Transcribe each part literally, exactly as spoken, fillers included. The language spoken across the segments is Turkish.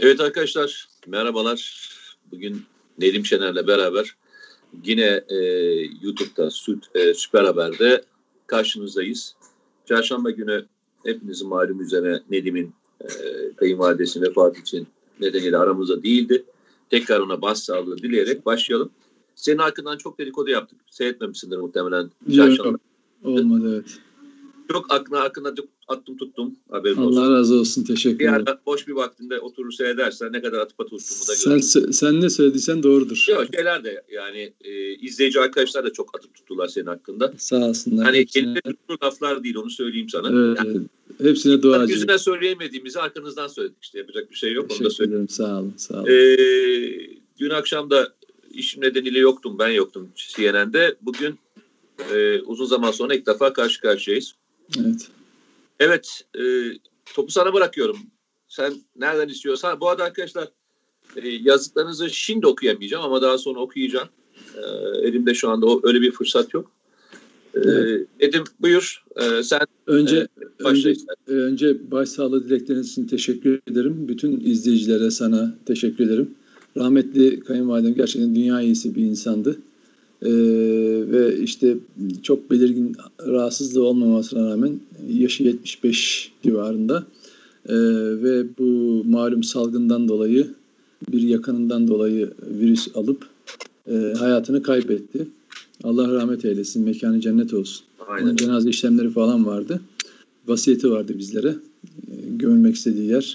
Evet arkadaşlar, merhabalar. Bugün Nedim Şener'le beraber yine e, YouTube'da Süt, e, Süper Haber'de karşınızdayız. Çarşamba günü hepinizin malum üzere Nedim'in e, kayınvalidesinin vefatı için nedeniyle aramızda değildi. Tekrar ona başsağlığı dileyerek başlayalım. Senin hakkından çok dedikodu yaptık. Seyretmemişsindir muhtemelen çarşamba. Yok, olmadı evet. Çok aklına aklına attım tuttum. Haberin Allah olsun. razı olsun, teşekkür Bir ederim. ara boş bir vaktinde oturur seyredersen ne kadar atıp tuttuğumu da Sen, görürsün. sen ne söylediysen doğrudur. Yok şeyler de yani e, izleyici arkadaşlar da çok atıp tuttular senin hakkında. Sağ olsunlar. Hani hepsine, elinde tuttuğu laflar değil, onu söyleyeyim sana. evet, Yani, hepsine duacıyım. yüzüne söyleyemediğimizi arkanızdan söyledik işte, yapacak bir şey yok. Onu da Teşekkür ederim, sağ olun. Sağ olun. Ee, dün akşam da işim nedeniyle yoktum, ben yoktum C N N'de. Bugün e, uzun zaman sonra ilk defa karşı karşıyayız. Evet. Evet, e, topu sana bırakıyorum. Sen nereden istiyorsan. Bu arada arkadaşlar e, yazdıklarınızı şimdi okuyamayacağım ama daha sonra okuyacağım. E, elimde şu anda o, öyle bir fırsat yok. E, Evet. Nedim buyur. E, sen Önce e, başla önce istersen. önce başsağlığı dilekleriniz için teşekkür ederim. Bütün izleyicilere, sana teşekkür ederim. Rahmetli kayınvalidem gerçekten dünya iyisi bir insandı. Ee, ve işte çok belirgin rahatsızlığı olmamasına rağmen yaşı yetmiş beş civarında ee, ve bu malum salgından dolayı bir yakınından dolayı virüs alıp e, hayatını kaybetti. Allah rahmet eylesin, mekanı cennet olsun. Aynen. Onun cenaze işlemleri falan vardı. Vasiyeti vardı bizlere. E, gömülmek istediği yer.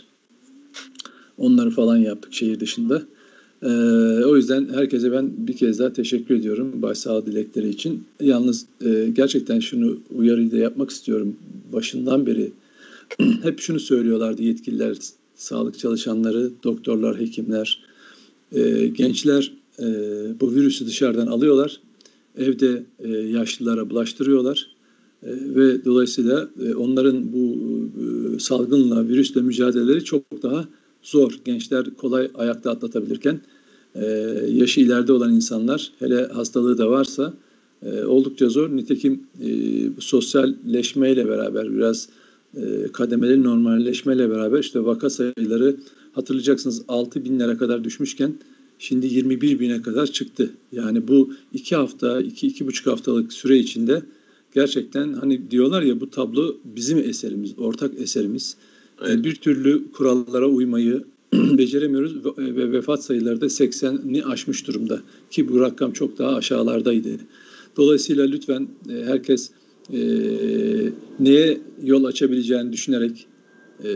Onları falan yaptık şehir dışında. Ee, o yüzden herkese ben bir kez daha teşekkür ediyorum başsağlığı dilekleri için. Yalnız e, gerçekten şunu uyarıyı da yapmak istiyorum. Başından beri hep şunu söylüyorlardı yetkililer, sağlık çalışanları, doktorlar, hekimler, e, gençler e, bu virüsü dışarıdan alıyorlar. Evde e, yaşlılara bulaştırıyorlar. E, ve dolayısıyla e, onların bu e, salgınla, virüsle mücadeleleri çok daha zor. Gençler kolay ayakta atlatabilirken e, yaşı ileride olan insanlar, hele hastalığı da varsa e, oldukça zor. Nitekim e, bu sosyalleşmeyle beraber biraz e, kademeli normalleşmeyle beraber işte vaka sayıları hatırlayacaksınız altı binlere kadar düşmüşken şimdi yirmi bir bine kadar çıktı. Yani bu iki hafta, iki, iki buçuk haftalık süre içinde gerçekten hani diyorlar ya, bu tablo bizim eserimiz, ortak eserimiz. Evet. Bir türlü kurallara uymayı beceremiyoruz ve vefat sayıları da sekseni aşmış durumda. Ki bu rakam çok daha aşağılardaydı. Dolayısıyla lütfen herkes e, neye yol açabileceğini düşünerek e,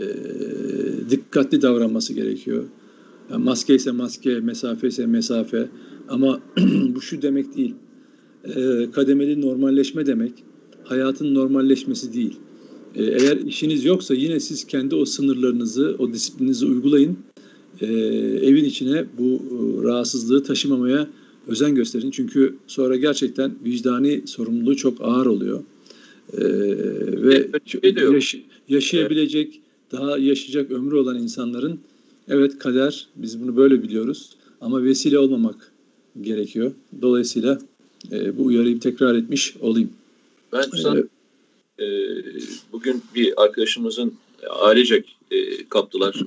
dikkatli davranması gerekiyor. Yani maske ise maske, mesafe ise mesafe. Ama bu şu demek değil. E, kademeli normalleşme demek hayatın normalleşmesi değil. E, eğer işiniz yoksa yine siz kendi o sınırlarınızı, o disiplininizi uygulayın. E, evin içine bu e, rahatsızlığı taşımamaya özen gösterin. Çünkü sonra gerçekten vicdani sorumluluğu çok ağır oluyor. E, ve yaş, yaşayabilecek, daha yaşayacak ömrü olan insanların, evet kader, biz bunu böyle biliyoruz ama vesile olmamak gerekiyor. Dolayısıyla e, bu uyarıyı tekrar etmiş olayım. Ben sana e, bugün bir arkadaşımızın ailecek e, kaptılar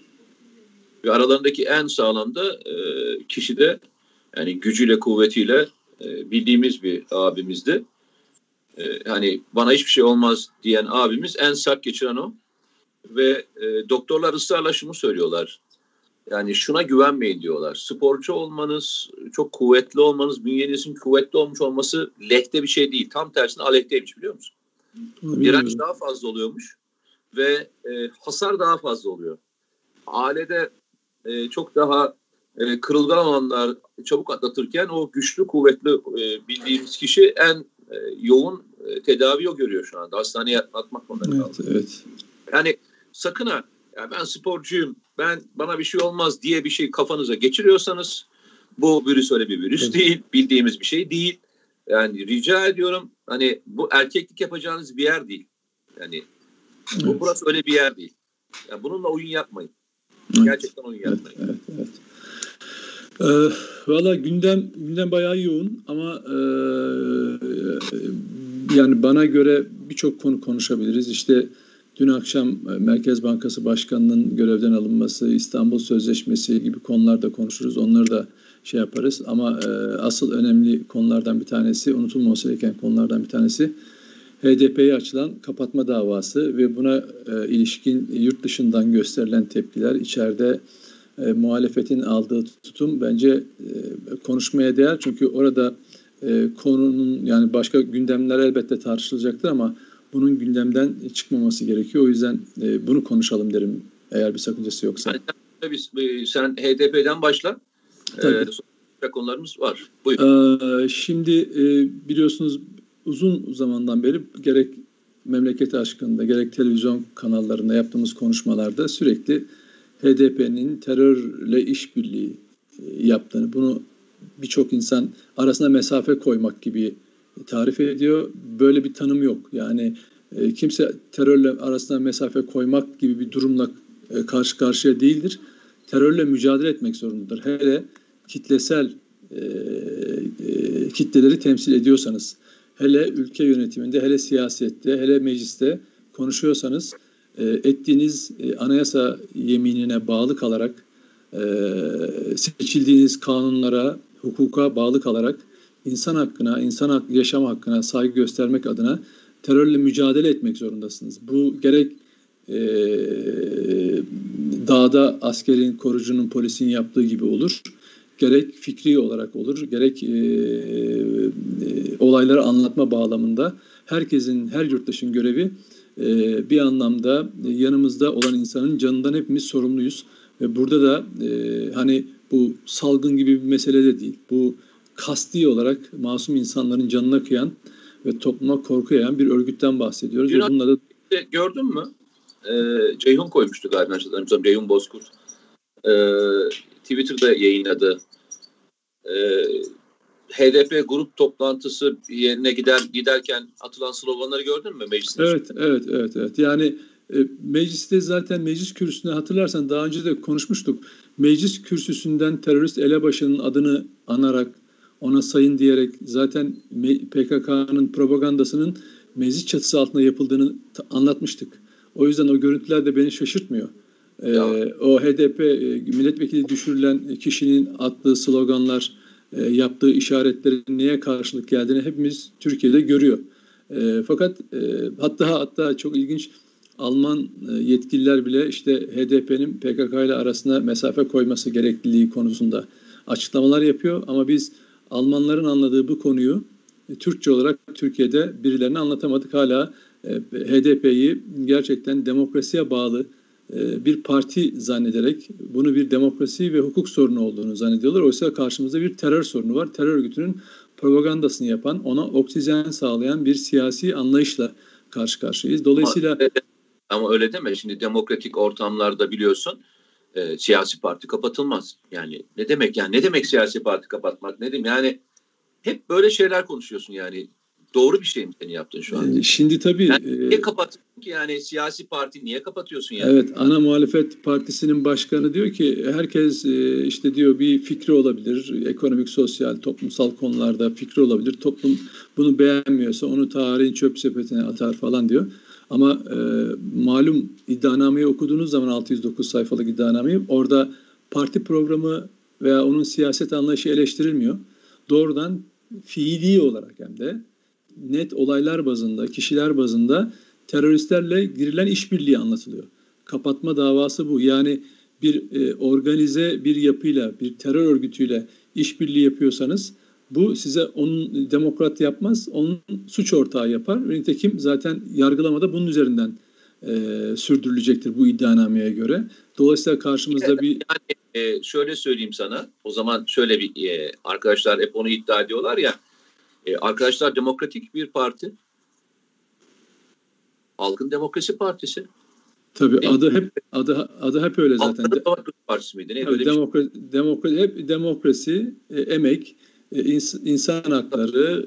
ve aralarındaki en sağlam da e, kişi de yani gücüyle kuvvetiyle e, bildiğimiz bir abimizdi. E, hani bana hiçbir şey olmaz diyen abimiz, en sert geçiren o. Ve e, doktorlar ısrarla şunu söylüyorlar. Yani şuna güvenmeyin diyorlar. Sporcu olmanız, çok kuvvetli olmanız, bünyenizin kuvvetli olmuş olması lehte bir şey değil. Tam tersine aleyhteymiş, biliyor musun? Direnç daha fazla oluyormuş ve e, hasar daha fazla oluyor. Ailede e, çok daha e, kırılgan olanlar çabuk atlatırken o güçlü, kuvvetli e, bildiğimiz kişi en e, yoğun e, tedavi o görüyor şu anda. Hastaneye atmak zorunda kaldı. Evet, evet. Yani sakın ha, ya ben sporcuyum, ben bana bir şey olmaz diye bir şey kafanıza geçiriyorsanız bu virüs öyle bir virüs evet. değil, bildiğimiz bir şey değil. Yani rica ediyorum, hani bu erkeklik yapacağınız bir yer değil. Yani evet. bu burası öyle bir yer değil. Yani bununla oyun yapmayın. Evet. Gerçekten oyun yapmayın. Evet, evet, evet. Ee, Valla gündem gündem bayağı yoğun ama e, yani bana göre birçok konu konuşabiliriz. İşte Dün akşam e, Merkez Bankası Başkanı'nın görevden alınması, İstanbul Sözleşmesi gibi konularda konuşuruz. Onları da şey yaparız. Ama e, asıl önemli konulardan bir tanesi, unutulmaması gereken konulardan bir tanesi H D P'ye açılan kapatma davası ve buna e, ilişkin yurt dışından gösterilen tepkiler, içeride e, muhalefetin aldığı tutum bence e, konuşmaya değer. Çünkü orada e, konunun, yani başka gündemler elbette tartışılacaktır ama bunun gündemden çıkmaması gerekiyor. O yüzden e, bunu konuşalım derim, eğer bir sakıncası yoksa. Yani, tabii, sen H D P'den başla. Tabii. Ee, konularımız var. Buyur. Ee, şimdi e, biliyorsunuz uzun zamandan beri gerek memleket aşkında gerek televizyon kanallarında yaptığımız konuşmalarda sürekli H D P'nin terörle işbirliği e, yaptığını, bunu birçok insan arasına mesafe koymak gibi tarif ediyor. Böyle bir tanım yok. Yani e, kimse terörle arasına mesafe koymak gibi bir durumla e, karşı karşıya değildir. Terörle mücadele etmek zorundadır. Hele kitlesel e, e, kitleleri temsil ediyorsanız, hele ülke yönetiminde, hele siyasette, hele mecliste konuşuyorsanız, e, ettiğiniz e, anayasa yeminine bağlı kalarak, e, seçildiğiniz kanunlara, hukuka bağlı kalarak insan hakkına, insan hak, yaşam hakkına saygı göstermek adına terörle mücadele etmek zorundasınız. Bu gerek e, dağda askerin, korucunun, polisin yaptığı gibi olur, gerek fikri olarak olur, gerek e, e, olayları anlatma bağlamında herkesin, her yurttaşın görevi e, bir anlamda yanımızda olan insanın canından hepimiz sorumluyuz. Ve burada da e, hani bu salgın gibi bir mesele de değil. Bu kasti olarak masum insanların canına kıyan ve topluma korku yayan bir örgütten bahsediyoruz. Yunan, ve bununla da... Gördün mü? Ee, Ceyhun koymuştu galiba. Ceyhun Bozkurt. Ee, Twitter'da yayınladı. Ee, H D P grup toplantısı yerine gider giderken atılan sloganları gördün mü mecliste? Evet, evet, evet, evet. Yani e, mecliste zaten meclis kürsüsünde, hatırlarsan daha önce de konuşmuştuk. Meclis kürsüsünden terörist elebaşının adını anarak, ona sayın diyerek zaten P K K'nın propagandasının meclis çatısı altında yapıldığını anlatmıştık. O yüzden o görüntüler de beni şaşırtmıyor. Ee, o H D P milletvekili düşürülen kişinin attığı sloganlar, e, yaptığı işaretlerin neye karşılık geldiğini hepimiz Türkiye'de görüyor. E, fakat e, hatta hatta çok ilginç, Alman e, yetkililer bile işte H D P'nin P K K ile arasına mesafe koyması gerekliliği konusunda açıklamalar yapıyor. Ama biz Almanların anladığı bu konuyu e, Türkçe olarak Türkiye'de birilerine anlatamadık. Hala e, H D P'yi gerçekten demokrasiye bağlı e, bir parti zannederek bunu bir demokrasi ve hukuk sorunu olduğunu zannediyorlar. Oysa karşımızda bir terör sorunu var. Terör örgütünün propagandasını yapan, ona oksijen sağlayan bir siyasi anlayışla karşı karşıyayız. Dolayısıyla... Ama, ama öyle deme. Şimdi demokratik ortamlarda biliyorsun e, siyasi parti kapatılmaz. Yani ne demek yani? Ne demek siyasi parti kapatmak? Ne demek? Yani hep böyle şeyler konuşuyorsun yani. Doğru bir şey mi senin yaptığın şu an? Şimdi tabii... Yani niye kapatıyorsun ki yani siyasi parti niye kapatıyorsun yani? Evet, ana muhalefet partisinin başkanı diyor ki herkes işte diyor bir fikri olabilir. Ekonomik, sosyal, toplumsal konularda fikri olabilir. Toplum bunu beğenmiyorsa onu tarihin çöp sepetine atar falan diyor. Ama e, malum iddianameyi okuduğunuz zaman altı yüz dokuz sayfalık iddianameyi, orada parti programı veya onun siyaset anlayışı eleştirilmiyor. Doğrudan fiili olarak hem de net olaylar bazında, kişiler bazında teröristlerle girilen işbirliği anlatılıyor. Kapatma davası bu. Yani bir e, organize bir yapıyla, bir terör örgütüyle işbirliği yapıyorsanız bu size onun demokrat yapmaz, onun suç ortağı yapar. Nitekim zaten yargılamada bunun üzerinden e, sürdürülecektir bu iddianameye göre. Dolayısıyla karşımızda bir... Yani e, şöyle söyleyeyim sana, o zaman şöyle bir e, arkadaşlar hep onu iddia ediyorlar ya, e, arkadaşlar demokratik bir parti. Halkın Demokrasi Partisi. Tabii Değil adı mi? hep adı adı hep öyle zaten. Halkın Demokrasi Partisi miydi? Neydi? Öyle demokrasi, şey. demokrasi hep demokrasi, e, emek, e, ins, insan hakları,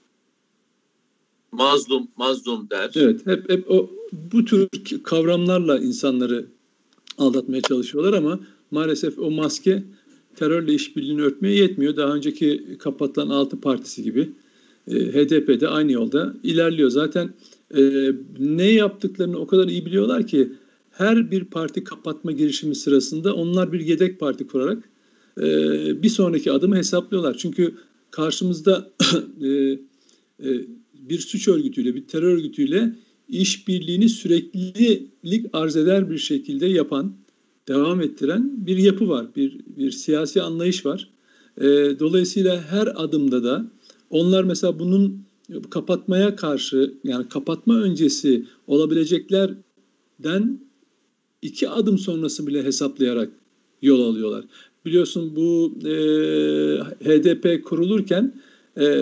mazlum mazlum der. Evet, hep hep o bu tür kavramlarla insanları aldatmaya çalışıyorlar ama maalesef o maske terörle işbirliğini örtmeye yetmiyor. Daha önceki kapatılan altı partisi gibi e, H D P de aynı yolda ilerliyor. Zaten e, ne yaptıklarını o kadar iyi biliyorlar ki her bir parti kapatma girişimi sırasında onlar bir yedek parti kurarak e, bir sonraki adımı hesaplıyorlar. Çünkü karşımızda e, e, bir suç örgütüyle, bir terör örgütüyle işbirliğini süreklilik arz eder bir şekilde yapan, devam ettiren bir yapı var, bir, bir siyasi anlayış var. E, dolayısıyla her adımda da onlar mesela bunun kapatmaya karşı, yani kapatma öncesi olabileceklerden iki adım sonrası bile hesaplayarak yol alıyorlar. Biliyorsun bu e, H D P kurulurken e,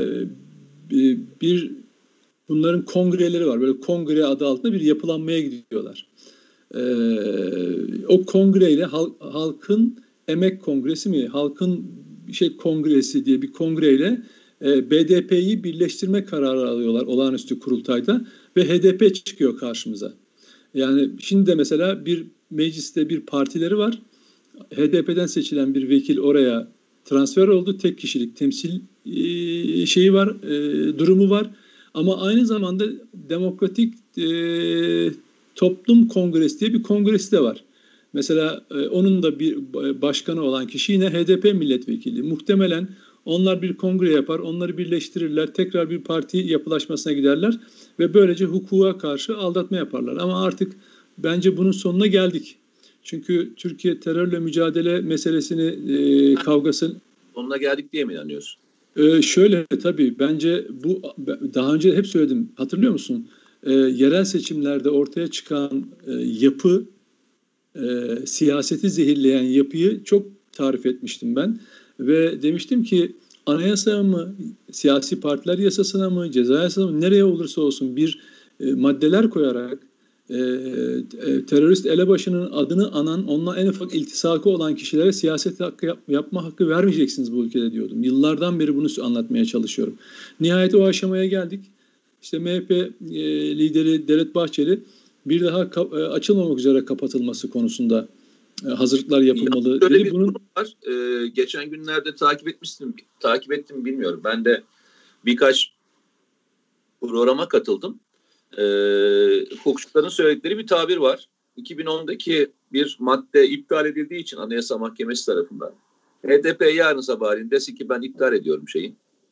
bir bunların kongreleri var. Böyle kongre adı altında bir yapılanmaya gidiyorlar. E, o kongreyle halk, halkın emek kongresi mi, halkın şey kongresi diye bir kongreyle e, B D P'yi birleştirme kararı alıyorlar olağanüstü kurultayda ve H D P çıkıyor karşımıza. Yani şimdi de mesela bir mecliste bir partileri var. H D P'den seçilen bir vekil oraya transfer oldu. Tek kişilik temsil e, şeyi var, e, durumu var. Ama aynı zamanda Demokratik e, Toplum Kongresi diye bir kongresi de var. Mesela e, onun da bir başkanı olan kişi yine H D P milletvekili. Muhtemelen onlar bir kongre yapar, onları birleştirirler, tekrar bir parti yapılaşmasına giderler ve böylece hukuka karşı aldatma yaparlar. Ama artık bence bunun sonuna geldik. Çünkü Türkiye terörle mücadele meselesini, e, kavgasını... Sonuna geldik diye mi inanıyorsun? E, şöyle tabii bence bu, daha önce hep söyledim, hatırlıyor musun? E, yerel seçimlerde ortaya çıkan e, yapı, e, siyaseti zehirleyen yapıyı çok tarif etmiştim ben. Ve demiştim ki anayasa mı, siyasi partiler yasasına mı, ceza yasasına mı, nereye olursa olsun bir e, maddeler koyarak e, e, terörist elebaşının adını anan, onunla en ufak iltisakı olan kişilere siyaset hakkı yap, yapma hakkı vermeyeceksiniz bu ülkede diyordum. Yıllardan beri bunu anlatmaya çalışıyorum. Nihayet o aşamaya geldik. İşte M H P e, lideri Devlet Bahçeli bir daha ka, e, açılmamak üzere kapatılması konusunda hazırlıklar yapılmalı. Ya, böyle dedi. bir Bunun durum var. Ee, geçen günlerde takip etmiştim, takip ettim bilmiyorum. Ben de birkaç programa katıldım. Ee, hukukçuların söyledikleri bir tabir var. iki bin ondaki bir madde iptal edildiği için Anayasa Mahkemesi tarafından H D P yarın sabahleyin desin ki ben iptal ediyorum şeyi.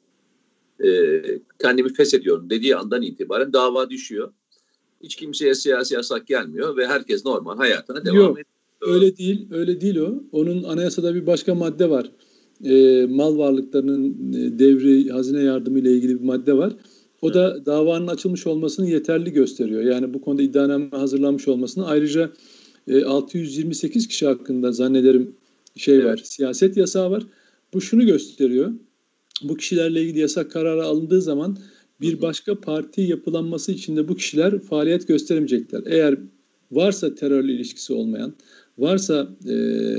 Ee, kendimi feshediyorum dediği andan itibaren dava düşüyor. Hiç kimseye siyasi yasak gelmiyor ve herkes normal hayatına devam Yok, ediyor. öyle değil, öyle değil o. Onun anayasada bir başka madde var. E, mal varlıklarının e, devri, hazine yardımı ile ilgili bir madde var. O evet. da davanın açılmış olmasını yeterli gösteriyor. Yani bu konuda iddianame hazırlanmış olmasını. Ayrıca e, altı yüz yirmi sekiz kişi hakkında zannederim şey evet. var, siyaset yasağı var. Bu şunu gösteriyor. Bu kişilerle ilgili yasak kararı alındığı zaman bir başka parti yapılanması için de bu kişiler faaliyet gösteremeyecekler. Eğer varsa terörle ilişkisi olmayan, varsa e,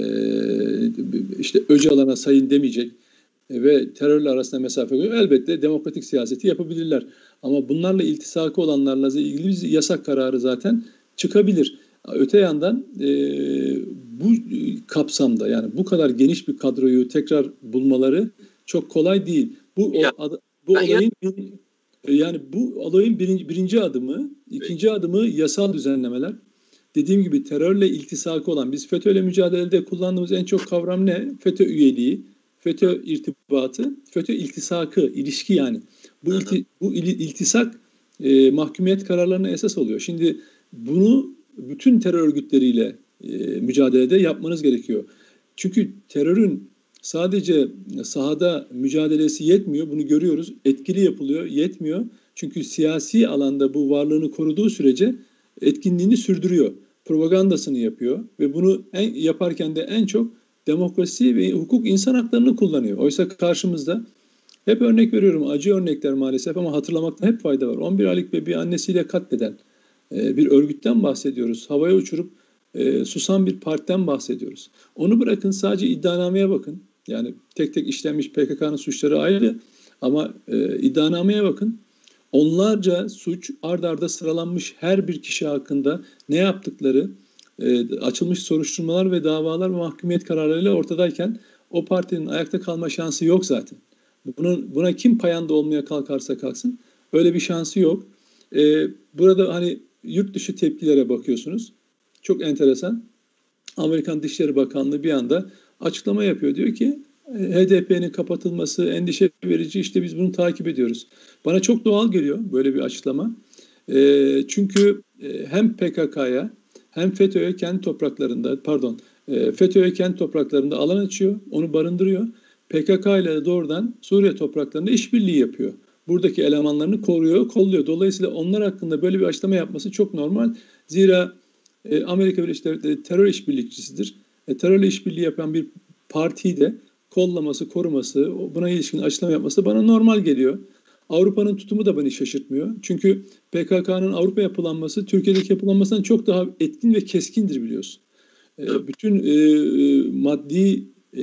işte Öcalan'a sayın demeyecek e, ve terörle arasında mesafe koyuyor, elbette demokratik siyaseti yapabilirler. Ama bunlarla iltisakı olanlarla ilgili bir yasak kararı zaten çıkabilir. Öte yandan e, bu kapsamda, yani bu kadar geniş bir kadroyu tekrar bulmaları çok kolay değil. Bu ya, o, bu olayın ya, yani bu olayın birinci, birinci adımı, ikinci evet. adımı yasal düzenlemeler. Dediğim gibi terörle iltisakı olan, biz FETÖ'yle mücadelede kullandığımız en çok kavram ne? FETÖ üyeliği, FETÖ irtibatı, FETÖ iltisakı, ilişki yani. Bu, ilti, bu il, iltisak e, mahkumiyet kararlarına esas oluyor. Şimdi bunu bütün terör örgütleriyle e, mücadelede yapmanız gerekiyor. Çünkü terörün sadece sahada mücadelesi yetmiyor, bunu görüyoruz. Etkili yapılıyor, yetmiyor. Çünkü siyasi alanda bu varlığını koruduğu sürece etkinliğini sürdürüyor. Propagandasını yapıyor ve bunu en, yaparken de en çok demokrasi ve hukuk, insan haklarını kullanıyor. Oysa karşımızda, hep örnek veriyorum, acı örnekler maalesef ama hatırlamakta hep fayda var. on bir aylık bebeği annesiyle katleden e, bir örgütten bahsediyoruz. Havaya uçurup e, susan bir partiden bahsediyoruz. Onu bırakın, sadece iddianameye bakın. Yani tek tek işlenmiş P K K'nın suçları ayrı ama e, iddianameye bakın. Onlarca suç ard arda sıralanmış, her bir kişi hakkında ne yaptıkları, e, açılmış soruşturmalar ve davalar ve mahkumiyet kararlarıyla ortadayken o partinin ayakta kalma şansı yok zaten. Bunun, buna kim payanda olmaya kalkarsa kalksın öyle bir şansı yok. E, burada hani yurt dışı tepkilere bakıyorsunuz. Çok enteresan. Amerikan Dışişleri Bakanlığı bir anda açıklama yapıyor. Diyor ki H D P'nin kapatılması endişe verici, işte biz bunu takip ediyoruz. Bana çok doğal geliyor böyle bir açıklama. E, çünkü e, hem P K K'ya hem FETÖ'ye kendi topraklarında, pardon, e, FETÖ'ye kendi topraklarında alan açıyor, onu barındırıyor. P K K ile de doğrudan Suriye topraklarında işbirliği yapıyor. Buradaki elemanlarını koruyor, kolluyor. Dolayısıyla onlar hakkında böyle bir açıklama yapması çok normal. Zira e, Amerika Birleşik Devletleri terör işbirlikçisidir. E, terörle işbirliği yapan bir partiyi de kollaması, koruması, buna ilişkin açıklama yapması bana normal geliyor. Avrupa'nın tutumu da beni şaşırtmıyor. Çünkü P K K'nın Avrupa yapılanması Türkiye'deki yapılanmasından çok daha etkin ve keskindir biliyorsun. E, bütün e, maddi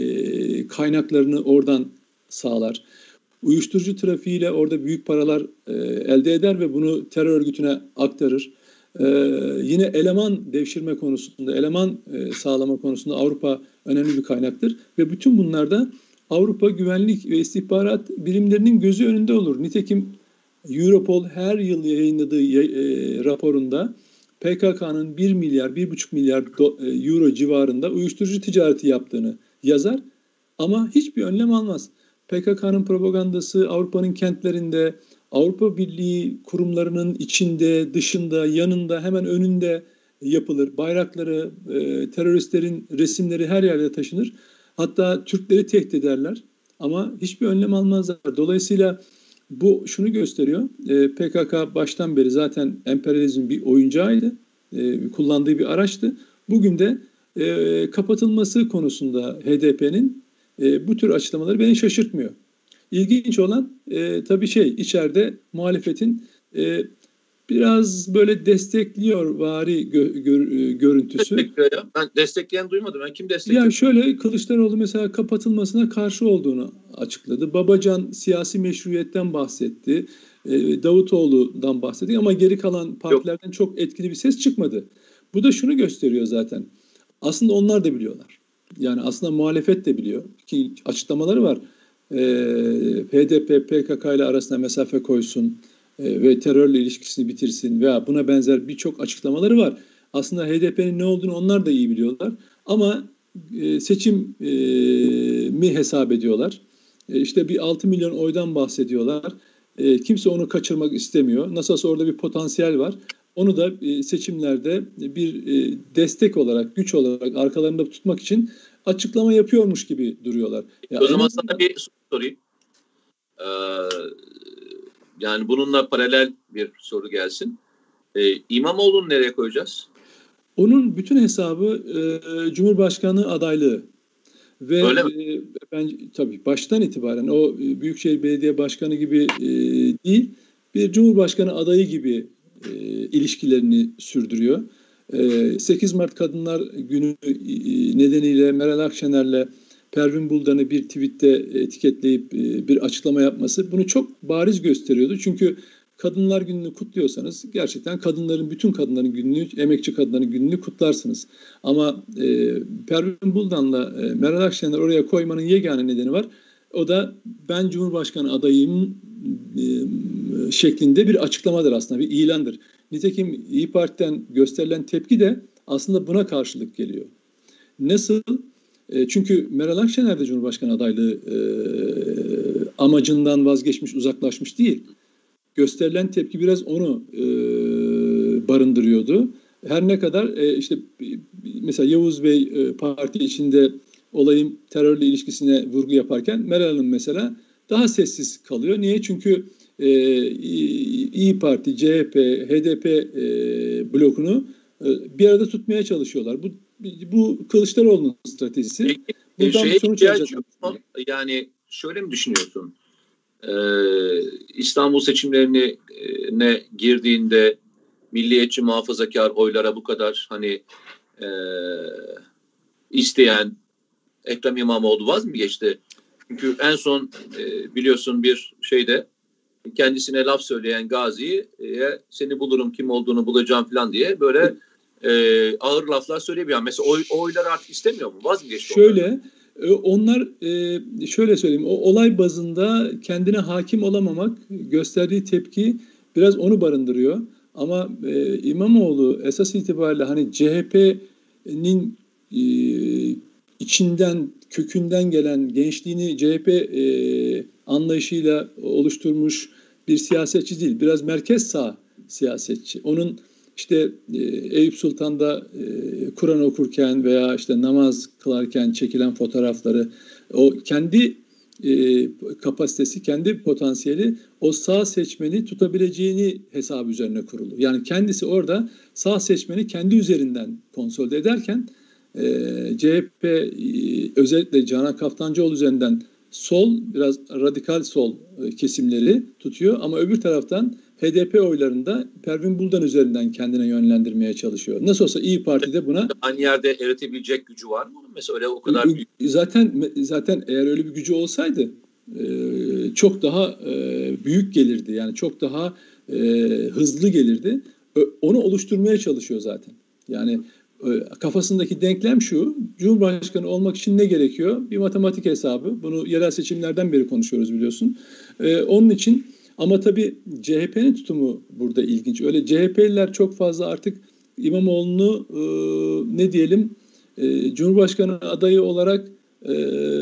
e, kaynaklarını oradan sağlar. Uyuşturucu trafiğiyle orada büyük paralar e, elde eder ve bunu terör örgütüne aktarır. E, yine eleman devşirme konusunda, eleman e, sağlama konusunda Avrupa önemli bir kaynaktır. Ve bütün bunlarda Avrupa güvenlik ve istihbarat birimlerinin gözü önünde olur. Nitekim Europol her yıl yayınladığı e, raporunda P K K'nın bir milyar, bir buçuk milyar euro civarında uyuşturucu ticareti yaptığını yazar ama hiçbir önlem almaz. P K K'nın propagandası Avrupa'nın kentlerinde, Avrupa Birliği kurumlarının içinde, dışında, yanında, hemen önünde yapılır. Bayrakları, e, teröristlerin resimleri her yerde taşınır. Hatta Türkleri tehdit ederler ama hiçbir önlem almazlar. Dolayısıyla bu şunu gösteriyor. E, P K K baştan beri zaten emperyalizmin bir oyuncağıydı. E, kullandığı bir araçtı. Bugün de e, kapatılması konusunda H D P'nin e, bu tür açıklamaları beni şaşırtmıyor. İlginç olan e, tabii şey içeride muhalefetin e, biraz böyle destekliyor vari gö, gör, görüntüsü. Destekliyor ya. Ben destekleyen duymadım. Ben kim destekliyor? Ya şöyle Kılıçdaroğlu mesela kapatılmasına karşı olduğunu açıkladı. Babacan siyasi meşruiyetten bahsetti. E, Davutoğlu'dan bahsetti ama geri kalan partilerden Yok. çok etkili bir ses çıkmadı. Bu da şunu gösteriyor zaten. Aslında onlar da biliyorlar. Yani aslında muhalefet de biliyor ki açıklamaları var. E, H D P P K K ile arasında mesafe koysun e, ve terörle ilişkisini bitirsin veya buna benzer birçok açıklamaları var. Aslında H D P'nin ne olduğunu onlar da iyi biliyorlar. Ama e, seçim e, mi hesap ediyorlar? E, işte bir altı milyon oydan bahsediyorlar. E, kimse onu kaçırmak istemiyor. Nasıl olsa orada bir potansiyel var. Onu da e, seçimlerde bir e, destek olarak, güç olarak arkalarında tutmak için açıklama yapıyormuş gibi duruyorlar. Ya o zaman sana bir soru sorayım. Ee, yani bununla paralel bir soru gelsin. Ee, İmamoğlu'nu nereye koyacağız? Onun bütün hesabı e, Cumhurbaşkanı adaylığı. Ve e, ben tabii baştan itibaren o e, Büyükşehir Belediye Başkanı gibi e, değil, bir Cumhurbaşkanı adayı gibi e, ilişkilerini sürdürüyor. E, sekiz Mart Kadınlar Günü e, nedeniyle Meral Akşener'le Pervin Buldan'ı bir tweette etiketleyip e, bir açıklama yapması bunu çok bariz gösteriyordu. Çünkü Kadınlar Günü'nü kutluyorsanız gerçekten kadınların, bütün kadınların gününü, emekçi kadınların gününü kutlarsınız. Ama e, Pervin Buldan'la e, Meral Akşener oraya koymanın yegane nedeni var. O da ben Cumhurbaşkanı adayım e, şeklinde bir açıklamadır aslında, bir ilandır. Nitekim İYİ Parti'den gösterilen tepki de aslında buna karşılık geliyor. Nasıl? E, çünkü Meral Akşener de Cumhurbaşkanı adaylığı e, amacından vazgeçmiş, uzaklaşmış değil. Gösterilen tepki biraz onu e, barındırıyordu. Her ne kadar e, işte mesela Yavuz Bey e, parti içinde olayın terörle ilişkisine vurgu yaparken Meral Hanım mesela daha sessiz kalıyor. Niye? Çünkü e, İYİ Parti, C H P, H D P e, blokunu e, bir arada tutmaya çalışıyorlar. Bu bu Kılıçdaroğlu'nun stratejisi. Peki, buradan şey, sonuç alacak. Yani şöyle mi düşünüyorsun? Ee, İstanbul seçimlerine ne girdiğinde milliyetçi muhafazakar oylara bu kadar hani e, isteyen Ekrem İmamoğlu vaz mı geçti? Çünkü en son e, biliyorsun bir şeyde kendisine laf söyleyen Gazi'ye e, seni bulurum kim olduğunu bulacağım falan diye böyle e, ağır laflar söyleyebiliyor. Mesela oy, oyları artık istemiyor mu? Vaz mı geçti? Şöyle onları? Onlar şöyle söyleyeyim, o olay bazında kendine hakim olamamak, gösterdiği tepki biraz onu barındırıyor. Ama e, İmamoğlu esas itibariyle hani C H P'nin e, içinden, kökünden gelen gençliğini C H P e, anlayışıyla oluşturmuş bir siyasetçi değil. Biraz merkez sağ siyasetçi. Onun işte e, Eyüp Sultan'da e, Kur'an okurken veya işte namaz kılarken çekilen fotoğrafları, o kendi e, kapasitesi, kendi potansiyeli o sağ seçmeni tutabileceğini hesabı üzerine kurulu. Yani kendisi orada sağ seçmeni kendi üzerinden konsolide ederken e, C H P e, özellikle Canan Kaftancıoğlu üzerinden sol, biraz radikal sol e, kesimleri tutuyor ama öbür taraftan H D P oylarında Pervin Buldan üzerinden kendine yönlendirmeye çalışıyor. Nasıl olsa İyi Parti'de buna aynı yerde eritebilecek gücü var mı? Mesela öyle o kadar büyük. Zaten zaten eğer öyle bir gücü olsaydı e, çok daha e, büyük gelirdi. Yani çok daha e, hızlı gelirdi. Onu oluşturmaya çalışıyor zaten. Yani e, kafasındaki denklem şu: Cumhurbaşkanı olmak için ne gerekiyor? Bir matematik hesabı. Bunu yerel seçimlerden beri konuşuyoruz biliyorsun. E, onun için ama tabii C H P'nin tutumu burada ilginç. Öyle C H P'liler çok fazla artık İmamoğlu'nu e, ne diyelim e, Cumhurbaşkanı adayı olarak e,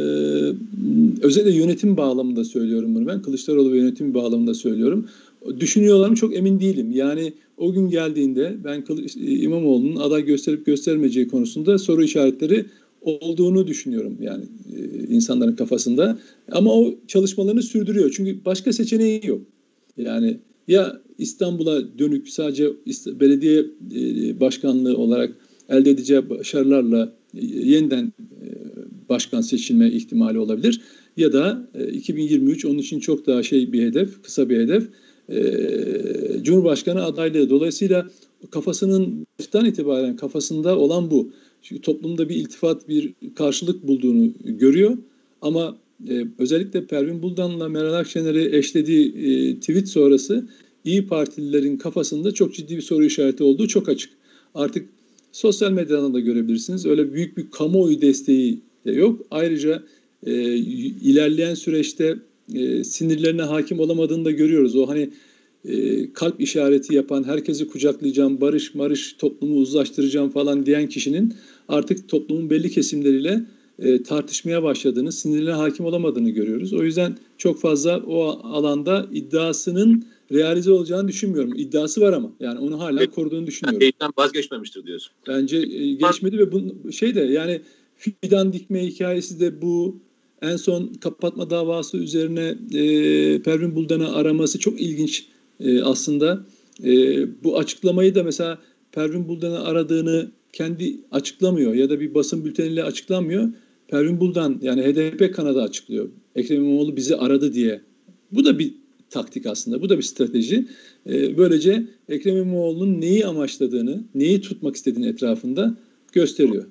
özellikle yönetim bağlamında söylüyorum bunu ben. Kılıçdaroğlu ve yönetim bağlamında söylüyorum. Düşünüyorlar mı çok emin değilim. Yani o gün geldiğinde ben İmamoğlu'nun aday gösterip göstermeyeceği konusunda soru işaretleri olduğunu düşünüyorum yani e, insanların kafasında. Ama o çalışmalarını sürdürüyor. Çünkü başka seçeneği yok. Yani ya İstanbul'a dönük sadece belediye e, başkanlığı olarak elde edeceği başarılarla e, yeniden e, başkan seçilme ihtimali olabilir. Ya da e, iki bin yirmi üç onun için çok daha şey bir hedef, kısa bir hedef. E, Cumhurbaşkanı adaylığı. Dolayısıyla kafasının baştan itibaren kafasında olan bu. Çünkü toplumda bir iltifat, bir karşılık bulduğunu görüyor. Ama e, özellikle Pervin Buldan'la Meral Akşener'i eşlediği e, tweet sonrası İyi Partililerin kafasında çok ciddi bir soru işareti olduğu çok açık. Artık sosyal medyadan da görebilirsiniz. Öyle büyük bir kamuoyu desteği de yok. Ayrıca e, ilerleyen süreçte e, sinirlerine hakim olamadığını da görüyoruz. O hani e, kalp işareti yapan, herkesi kucaklayacağım, barış marış toplumu uzlaştıracağım falan diyen kişinin artık toplumun belli kesimleriyle e, tartışmaya başladığını, sinirlerine hakim olamadığını görüyoruz. O yüzden çok fazla o alanda iddiasının realize olacağını düşünmüyorum. İddiası var ama yani onu hala koruduğunu düşünüyorum. Yani vazgeçmemiştir diyorsun. Bence e, geçmedi ve bu şey de yani fidan dikme hikayesi de bu. En son kapatma davası üzerine e, Pervin Buldan'ı araması çok ilginç e, aslında. E, bu açıklamayı da mesela Pervin Buldan'ı aradığını kendi açıklamıyor ya da bir basın bülteniyle açıklamıyor. Pervin Buldan yani H D P kanadı açıklıyor. Ekrem İmamoğlu bizi aradı diye. Bu da bir taktik aslında. Bu da bir strateji. E, böylece Ekrem İmamoğlu'nun neyi amaçladığını, neyi tutmak istediğini etrafında gösteriyor.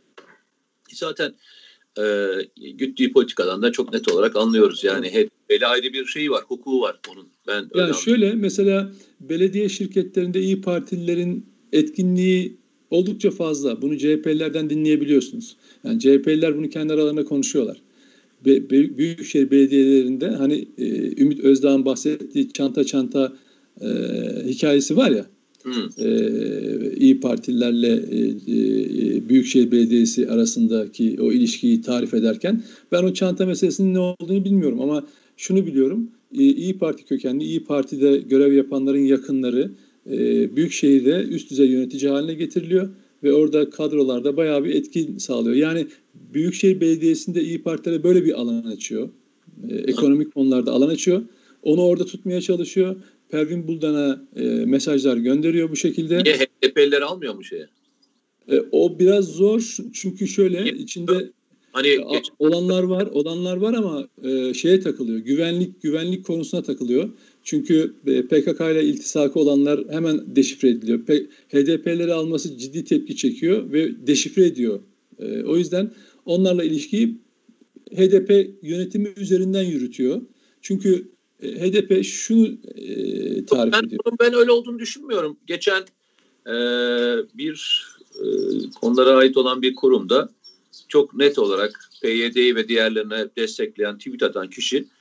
Zaten e, güttüğü politikadan da çok net olarak anlıyoruz. Yani H D P'yle ayrı bir şeyi var, hukuku var onun. Ben öyle yani anladım. şöyle mesela belediye şirketlerinde İyi Partililerin etkinliği oldukça fazla. Bunu C H P'lilerden dinleyebiliyorsunuz. Yani C H P'liler bunu kendi aralarında konuşuyorlar. Be, be, büyükşehir belediyelerinde hani e, Ümit Özdağ'ın bahsettiği çanta çanta e, hikayesi var ya. E, İyi Partililerle e, e, Büyükşehir Belediyesi arasındaki o ilişkiyi tarif ederken ben o çanta meselesinin ne olduğunu bilmiyorum ama şunu biliyorum. E, İyi Parti kökenli, İyi Parti'de görev yapanların yakınları e, Büyükşehir'de üst düzey yönetici haline getiriliyor ve orada kadrolarda bayağı bir etki sağlıyor. Yani Büyükşehir Belediyesi'nde İyi Parti'lere böyle bir alan açıyor. E, ekonomik konularda alan açıyor. Onu orada tutmaya çalışıyor. Pervin Buldan'a e, mesajlar gönderiyor bu şekilde. Niye H D P'liler almıyor mu şeye? E, o biraz zor çünkü şöyle Niye? içinde hani e, geç... olanlar var, olanlar var ama e, şeye takılıyor. Güvenlik güvenlik konusuna takılıyor. Çünkü e, P K K ile iltisakı olanlar hemen deşifre ediliyor. P- H D P'leri alması ciddi tepki çekiyor ve deşifre ediyor. E, o yüzden onlarla ilişkiyi H D P yönetimi üzerinden yürütüyor. Çünkü H D P şunu e, tarif ben, ediyor. Ben öyle olduğunu düşünmüyorum. Geçen e, bir e, onlara ait olan bir kurumda çok net olarak P Y D'yi ve diğerlerine destekleyen tweet atan kişi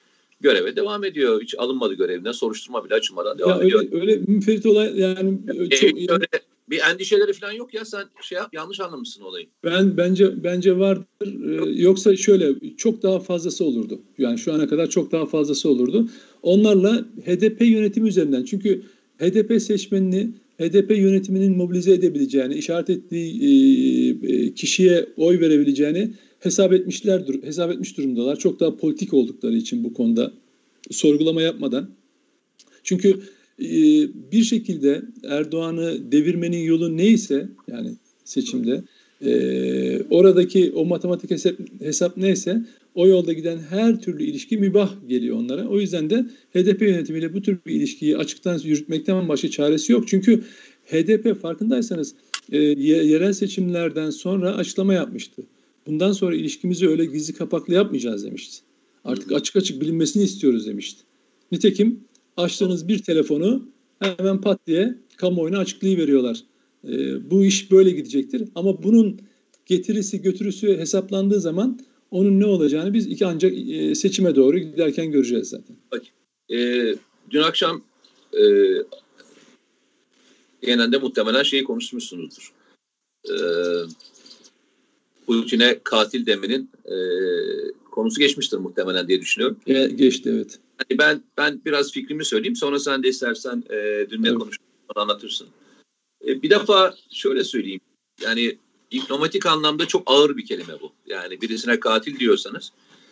göreve devam ediyor. Hiç alınmadı görevinden, soruşturma bile açılmadan devam Ya ediyor. öyle, öyle münferit olay yani E, çok öyle bir endişeleri falan yok ya, sen şey yap, yanlış anlamışsın olayı. ben bence bence vardır. Ee, yoksa şöyle çok daha fazlası olurdu. Yani şu ana kadar çok daha fazlası olurdu. Onlarla H D P yönetimi üzerinden. Çünkü H D P seçmenini H D P yönetiminin mobilize edebileceğini, işaret ettiği e, kişiye oy verebileceğini hesap etmişler, hesap etmiş durumdalar. Çok daha politik oldukları için bu konuda sorgulama yapmadan. Çünkü e, bir şekilde Erdoğan'ı devirmenin yolu neyse, yani seçimde e, oradaki o matematik hesap, hesap neyse o yolda giden her türlü ilişki mübah geliyor onlara. O yüzden de H D P yönetimiyle bu tür bir ilişkiyi açıktan yürütmekten başka çaresi yok. Çünkü H D P farkındaysanız e, yerel seçimlerden sonra açıklama yapmıştı. Bundan sonra ilişkimizi öyle gizli kapaklı yapmayacağız demişti. Artık açık açık bilinmesini istiyoruz demişti. Nitekim açtığınız bir telefonu hemen pat diye kamuoyuna açıklayıveriyorlar. Ee, bu iş böyle gidecektir. Ama bunun getirisi götürüsü hesaplandığı zaman onun ne olacağını biz iki ancak e, seçime doğru giderken göreceğiz zaten. Bak, e, dün akşam e, genelde muhtemelen şeyi konuşmuşsunuzdur. E, Putin'e katil demenin e, konusu geçmiştir muhtemelen diye düşünüyorum. E, geçti evet. Yani ben ben biraz fikrimi söyleyeyim, sonra sen de istersen e, dün ne evet. konuştuğunu anlatırsın. E, bir defa şöyle söyleyeyim, yani diplomatik anlamda çok ağır bir kelime bu. Yani birisine katil diyorsanız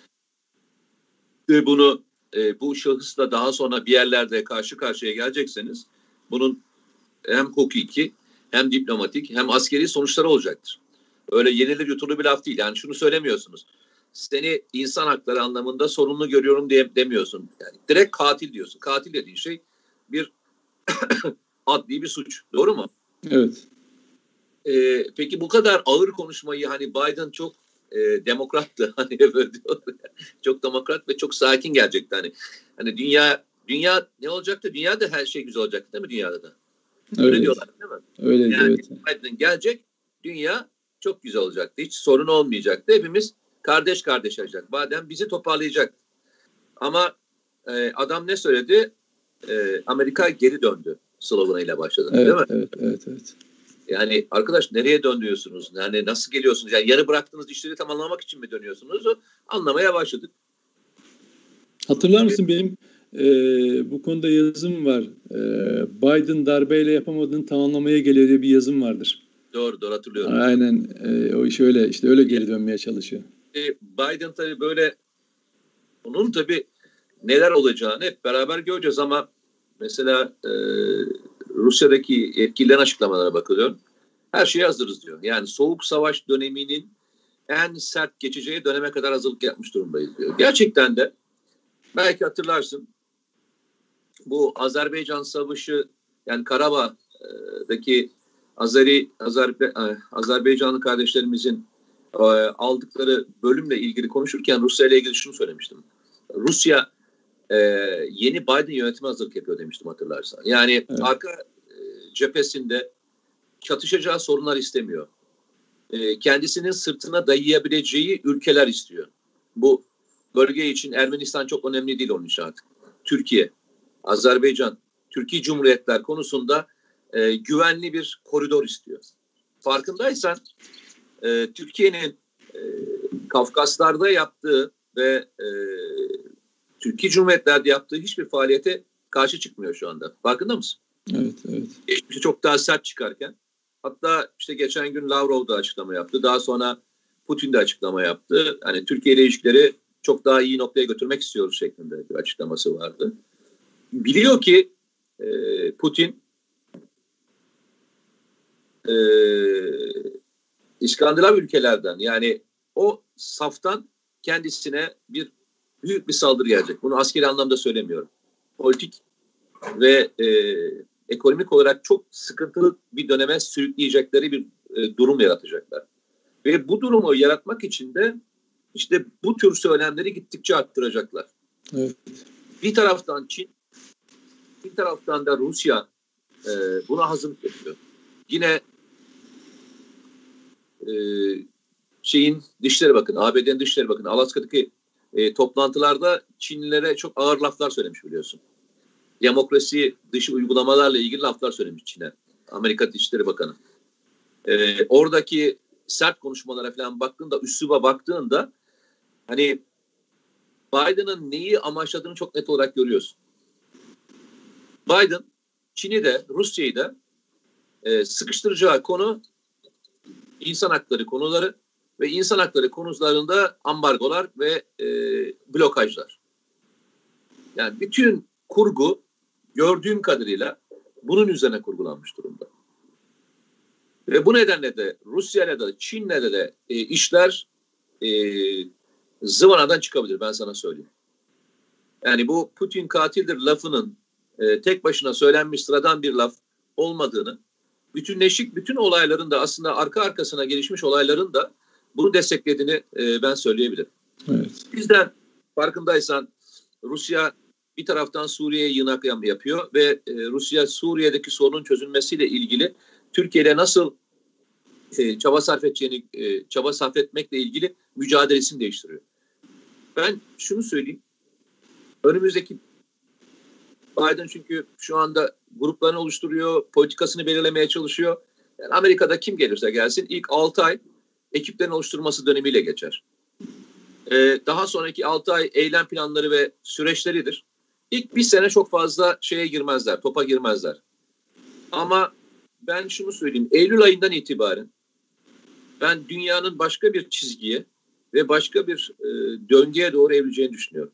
ve bunu e, bu şahısla daha sonra bir yerlerde karşı karşıya gelecekseniz bunun hem hukuki hem diplomatik hem askeri sonuçları olacaktır. Öyle yenilir yutulur bir laf değil. Yani şunu söylemiyorsunuz. Seni insan hakları anlamında sorumlu görüyorum diye demiyorsun. Yani direkt katil diyorsun. Katil dediğin şey bir adli bir suç. Doğru mu? Evet. Ee, peki bu kadar ağır konuşmayı, hani Biden çok e, demokrattı. Hani böyle diyor. Çok demokrat ve çok sakin gelecekti. Hani hani dünya dünya ne olacaktı? Dünyada her şey güzel olacaktı değil mi dünyada da? Öyle evet. diyorlar değil mi? Öyleydi, yani evet. Biden gelecek, dünya çok güzel olacaktı. Hiç sorun olmayacaktı. Hepimiz kardeş kardeş olacak. Badem bizi toparlayacak. Ama e, adam ne söyledi? E, Amerika geri döndü sloganıyla başladı. Evet, değil mi? Evet, evet, evet. Yani arkadaş nereye dönüyorsunuz? Yani nasıl geliyorsunuz? Yani yarı bıraktığınız işleri tamamlamak için mi dönüyorsunuz? Anlamaya başladık. Hatırlar mısın benim e, bu konuda yazım var. E, Biden darbeyle yapamadığını tamamlamaya geliyor diye bir yazım vardır. Doğru doğru hatırlıyorum. Aynen e, o iş öyle işte öyle geri dönmeye çalışıyor. E, Biden tabii böyle, onun tabii neler olacağını hep beraber göreceğiz ama mesela e, Rusya'daki yetkililerin açıklamalara bakıyorum. Her şeye hazırız diyor. Yani soğuk savaş döneminin en sert geçeceği döneme kadar hazırlık yapmış durumdayız diyor. Gerçekten de belki hatırlarsın, bu Azerbaycan Savaşı, yani Karabağ'daki Azeri Azerbe, Azerbaycanlı kardeşlerimizin e, aldıkları bölümle ilgili konuşurken Rusya ile ilgili şunu söylemiştim. Rusya e, yeni Biden yönetimi hazırlık yapıyor demiştim, hatırlarsan. Yani evet. arka e, cephesinde çatışacağı sorunlar istemiyor. E, kendisinin sırtına dayayabileceği ülkeler istiyor. Bu bölge için Ermenistan çok önemli değil onun için artık. Türkiye, Azerbaycan, Türkiye Cumhuriyetler konusunda e, güvenli bir koridor istiyor. Farkındaysan e, Türkiye'nin e, Kafkaslar'da yaptığı ve e, Türkiye Cumhuriyetler'de yaptığı hiçbir faaliyete karşı çıkmıyor şu anda. Farkında mısın? Evet, evet. Geçmişte çok daha sert çıkarken, hatta işte geçen gün Lavrov da açıklama yaptı. Daha sonra Putin de açıklama yaptı. Hani Türkiye ile ilişkileri çok daha iyi noktaya götürmek istiyoruz şeklinde bir açıklaması vardı. Biliyor ki e, Putin e, İskandinav ülkelerden, yani o saftan kendisine bir büyük bir saldırı gelecek. Bunu askeri anlamda söylemiyorum. Politik ve e, ekonomik olarak çok sıkıntılı bir döneme sürükleyecekleri bir e, durum yaratacaklar. Ve bu durumu yaratmak için de işte bu tür söylemleri gittikçe arttıracaklar. Evet. Bir taraftan Çin, bir taraftan da Rusya e, buna hazırlık yapıyor. Yine e, şeyin Dışişleri Bakanı, A B D'nin Dışişleri Bakanı, Alaska'daki e, toplantılarda Çinlilere çok ağır laflar söylemiş biliyorsun. Demokrasi dışı uygulamalarla ilgili laflar söylemiş Çin'e. Amerika Dışişleri Bakanı. E, oradaki sert konuşmalara falan baktığında, üsluba baktığında hani Biden'ın neyi amaçladığını çok net olarak görüyorsun. Biden Çin'i de Rusya'yı da e, sıkıştıracağı konu insan hakları konuları ve insan hakları konularında ambargolar ve e, blokajlar. Yani bütün kurgu gördüğüm kadarıyla bunun üzerine kurgulanmış durumda. Ve bu nedenle de Rusya'yla da Çin'le de, de e, işler e, zıvanadan çıkabilir, ben sana söyleyeyim. Yani bu Putin katildir lafının e, tek başına söylenmiş sıradan bir laf olmadığını, bütünleşik bütün olayların da aslında arka arkasına gelişmiş olayların da bunu desteklediğini e, ben söyleyebilirim. Evet. Bizden farkındaysan Rusya bir taraftan Suriye'ye yığınak yapıyor ve e, Rusya Suriye'deki sorunun çözülmesiyle ilgili Türkiye ile nasıl e, çaba sarf edeceğini, e, çaba sarf etmekle ilgili mücadelesini değiştiriyor. Ben şunu söyleyeyim. Önümüzdeki Biden çünkü şu anda gruplarını oluşturuyor, politikasını belirlemeye çalışıyor. Yani Amerika'da kim gelirse gelsin ilk altı ay ekiplerin oluşturması dönemiyle geçer. Ee, daha sonraki altı ay eylem planları ve süreçleridir. İlk bir sene çok fazla şeye girmezler, topa girmezler. Ama ben şunu söyleyeyim, Eylül ayından itibaren ben dünyanın başka bir çizgiye ve başka bir e, döngüye doğru evrileceğini düşünüyorum.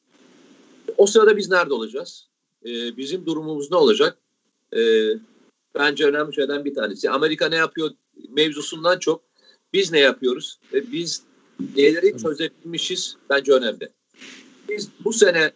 O sırada biz nerede olacağız? Ee, bizim durumumuz ne olacak? Ee, bence önemli şeylerden bir tanesi. Amerika ne yapıyor mevzusundan çok biz ne yapıyoruz? Ve biz neleri çözebilmişiz bence önemli. Biz bu sene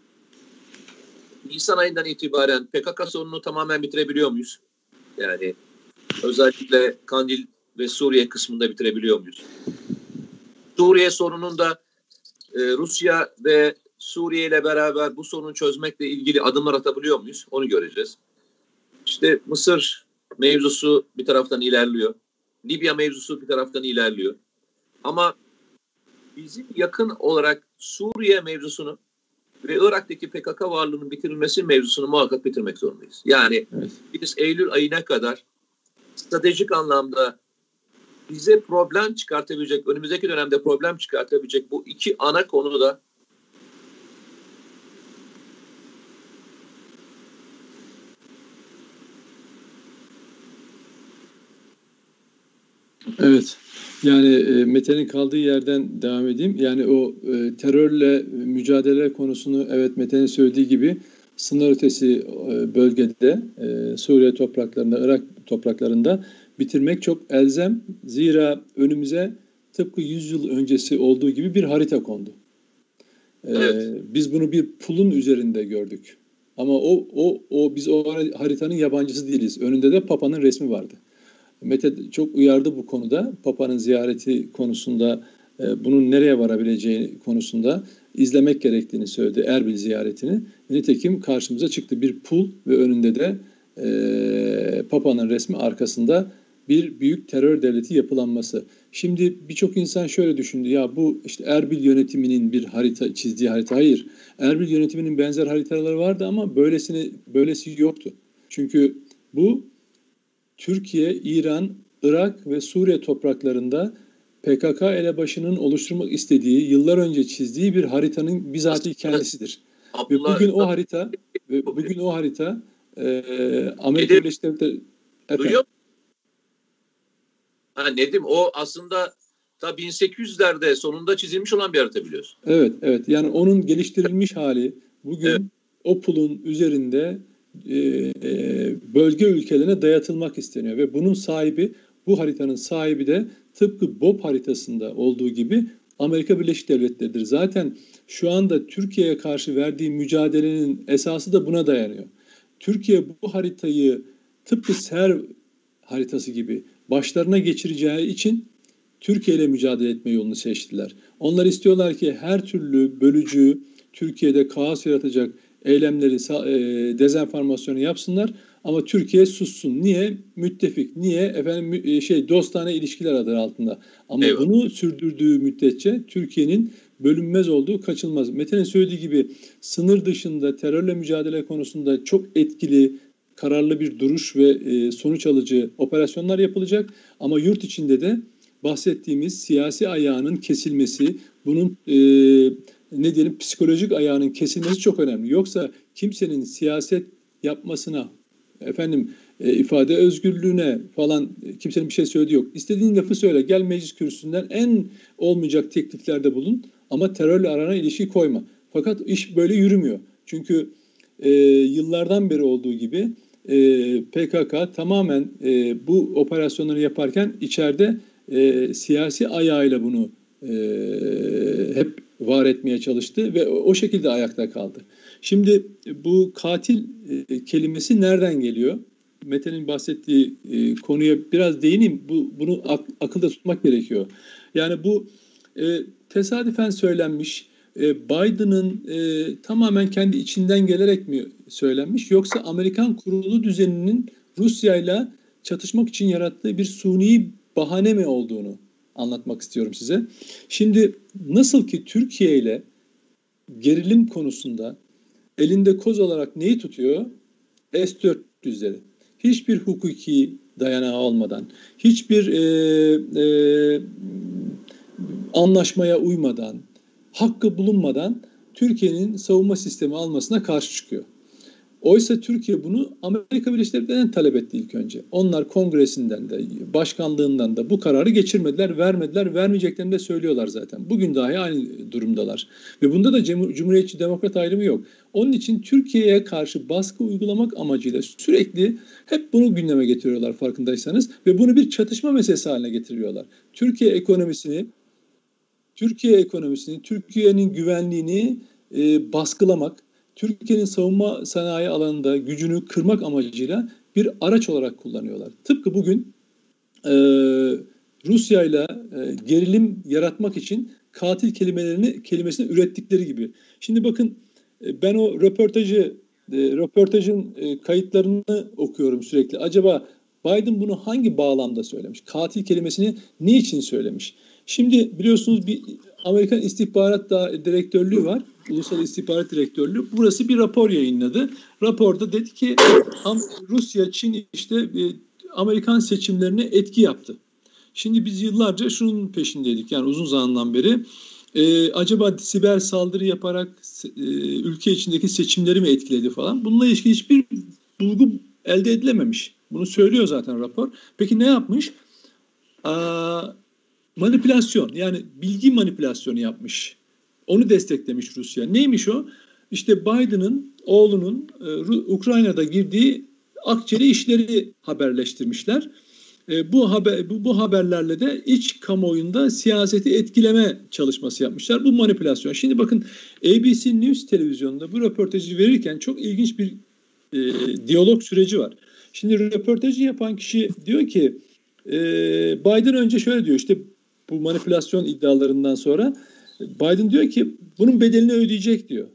Nisan ayından itibaren P K K sorununu tamamen bitirebiliyor muyuz? Yani özellikle Kandil ve Suriye kısmında bitirebiliyor muyuz? Suriye sorunun da e, Rusya ve Suriye ile beraber bu sorunu çözmekle ilgili adımlar atabiliyor muyuz? Onu göreceğiz. İşte Mısır mevzusu bir taraftan ilerliyor. Libya mevzusu bir taraftan ilerliyor. Ama bizim yakın olarak Suriye mevzusunu ve Irak'taki P K K varlığının bitirilmesi mevzusunu muhakkak bitirmek zorundayız. Yani evet. Biz Eylül ayına kadar stratejik anlamda bize problem çıkartabilecek, önümüzdeki dönemde problem çıkartabilecek bu iki ana konuda Evet. Yani e, Mete'nin kaldığı yerden devam edeyim. Yani o e, terörle mücadele konusunu evet Mete'nin söylediği gibi sınır ötesi e, bölgede e, Suriye topraklarında, Irak topraklarında bitirmek çok elzem. Zira önümüze tıpkı yüz yıl öncesi olduğu gibi bir harita kondu. E, evet. Biz bunu bir pulun üzerinde gördük. Ama o o o biz o haritanın yabancısı değiliz. Önünde de Papa'nın resmi vardı. Mete çok uyardı bu konuda. Papa'nın ziyareti konusunda, e, bunun nereye varabileceği konusunda izlemek gerektiğini söyledi, Erbil ziyaretini. Nitekim karşımıza çıktı bir pul ve önünde de e, Papa'nın resmi, arkasında bir büyük terör devleti yapılanması. Şimdi birçok insan şöyle düşündü, ya bu işte Erbil yönetiminin bir harita çizdiği harita. Hayır, Erbil yönetiminin benzer haritaları vardı ama böylesini böylesi yoktu. Çünkü bu Türkiye, İran, Irak ve Suriye topraklarında P K K elebaşının oluşturmak istediği, yıllar önce çizdiği bir haritanın bizatihi kendisidir. Abdullah, ve bugün o harita ve bugün o harita e, Amerika Birleşik Devletleri duyuyor. Ha, Nedim, o aslında ta bin sekiz yüzlerde sonunda çizilmiş olan bir harita biliyorsun. Evet, evet. Yani onun geliştirilmiş hali bugün evet. O pulun üzerinde bölge ülkelerine dayatılmak isteniyor ve bunun sahibi, bu haritanın sahibi de tıpkı B O P haritasında olduğu gibi Amerika Birleşik Devletleri'dir. Zaten şu anda Türkiye'ye karşı verdiği mücadelenin esası da buna dayanıyor. Türkiye bu haritayı tıpkı ser haritası gibi başlarına geçireceği için Türkiye ile mücadele etme yolunu seçtiler. Onlar istiyorlar ki her türlü bölücü, Türkiye'de kaos yaratacak eylemleri, e, dezenformasyonu yapsınlar ama Türkiye sussun. Niye? Müttefik. Niye? Efendim şey dostane ilişkiler adı altında. Ama evet. Bunu sürdürdüğü müddetçe Türkiye'nin bölünmez olduğu kaçınılmaz. Mete'nin söylediği gibi sınır dışında terörle mücadele konusunda çok etkili, kararlı bir duruş ve e, sonuç alıcı operasyonlar yapılacak. Ama yurt içinde de bahsettiğimiz siyasi ayağının kesilmesi, bunun e, ne diyelim psikolojik ayağının kesilmesi çok önemli. Yoksa kimsenin siyaset yapmasına, efendim e, ifade özgürlüğüne falan e, kimsenin bir şey söylediği yok. İstediğin lafı söyle, gel meclis kürsüsünden en olmayacak tekliflerde bulun ama terörle arana ilişki koyma. Fakat iş böyle yürümüyor. Çünkü e, yıllardan beri olduğu gibi e, P K K tamamen e, bu operasyonları yaparken içeride e, siyasi ayağıyla bunu e, hep var etmeye çalıştı ve o, o şekilde ayakta kaldı. Şimdi bu katil e, kelimesi nereden geliyor? Mete'nin bahsettiği e, konuya biraz değineyim. Bu, bunu ak, akılda tutmak gerekiyor. Yani bu e, tesadüfen söylenmiş, e, Biden'ın e, tamamen kendi içinden gelerek mi söylenmiş, yoksa Amerikan kurulu düzeninin Rusya'yla çatışmak için yarattığı bir suni bahane mi olduğunu anlatmak istiyorum size. Şimdi nasıl ki Türkiye ile gerilim konusunda elinde koz olarak neyi tutuyor? S dört yüzleri. Hiçbir hukuki dayanağı olmadan, hiçbir e, e, anlaşmaya uymadan, hakkı bulunmadan Türkiye'nin savunma sistemi almasına karşı çıkıyor. Oysa Türkiye bunu Amerika Birleşik Devletleri'nden talep etti ilk önce. Onlar kongresinden de, başkanlığından da bu kararı geçirmediler, vermediler, vermeyeceklerini de söylüyorlar zaten. Bugün dahi aynı durumdalar. Ve bunda da Cumhuriyetçi Demokrat ayrımı yok. Onun için Türkiye'ye karşı baskı uygulamak amacıyla sürekli hep bunu gündeme getiriyorlar farkındaysanız. Ve bunu bir çatışma meselesi haline getiriyorlar. Türkiye ekonomisini, Türkiye ekonomisini, Türkiye'nin güvenliğini e, baskılamak, Türkiye'nin savunma sanayi alanında gücünü kırmak amacıyla bir araç olarak kullanıyorlar. Tıpkı bugün e, Rusya ile gerilim yaratmak için katil kelimelerini kelimesini ürettikleri gibi. Şimdi bakın e, ben o röportajı e, röportajın e, kayıtlarını okuyorum sürekli. Acaba Biden bunu hangi bağlamda söylemiş? Katil kelimesini niçin söylemiş? Şimdi biliyorsunuz bir Amerikan İstihbarat Direktörlüğü var. Ulusal İstihbarat Direktörlüğü. Burası bir rapor yayınladı. Raporda dedi ki Rusya, Çin işte Amerikan seçimlerine etki yaptı. Şimdi biz yıllarca şunun peşindeydik. Yani uzun zamandan beri. Ee, acaba siber saldırı yaparak e, ülke içindeki seçimleri mi etkiledi falan. Bununla ilişkin hiçbir bulgu elde edilememiş. Bunu söylüyor zaten rapor. Peki ne yapmış? Aa, manipülasyon, yani bilgi manipülasyonu yapmış. Onu desteklemiş Rusya. Neymiş o? İşte Biden'ın oğlunun e, Ukrayna'da girdiği akçeli işleri haberleştirmişler. E, bu haber bu, bu haberlerle de iç kamuoyunda siyaseti etkileme çalışması yapmışlar. Bu manipülasyon. Şimdi bakın A B C News televizyonunda bu röportajı verirken çok ilginç bir e, diyalog süreci var. Şimdi röportajı yapan kişi diyor ki e, Biden önce şöyle diyor, işte bu manipülasyon iddialarından sonra Biden diyor ki bunun bedelini ödeyecek diyor.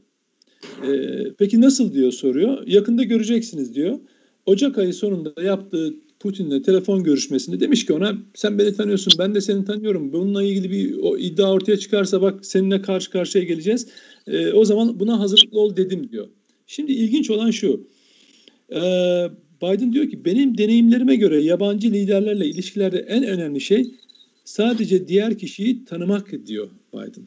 Ee, peki nasıl diyor soruyor. Yakında göreceksiniz diyor. Ocak ayı sonunda yaptığı Putin'le telefon görüşmesinde demiş ki ona sen beni tanıyorsun, ben de seni tanıyorum. Bununla ilgili bir o iddia ortaya çıkarsa bak seninle karşı karşıya geleceğiz. Ee, o zaman buna hazırlıklı ol dedim diyor. Şimdi ilginç olan şu. Ee, Biden diyor ki benim deneyimlerime göre yabancı liderlerle ilişkilerde en önemli şey sadece diğer kişiyi tanımak diyor Biden.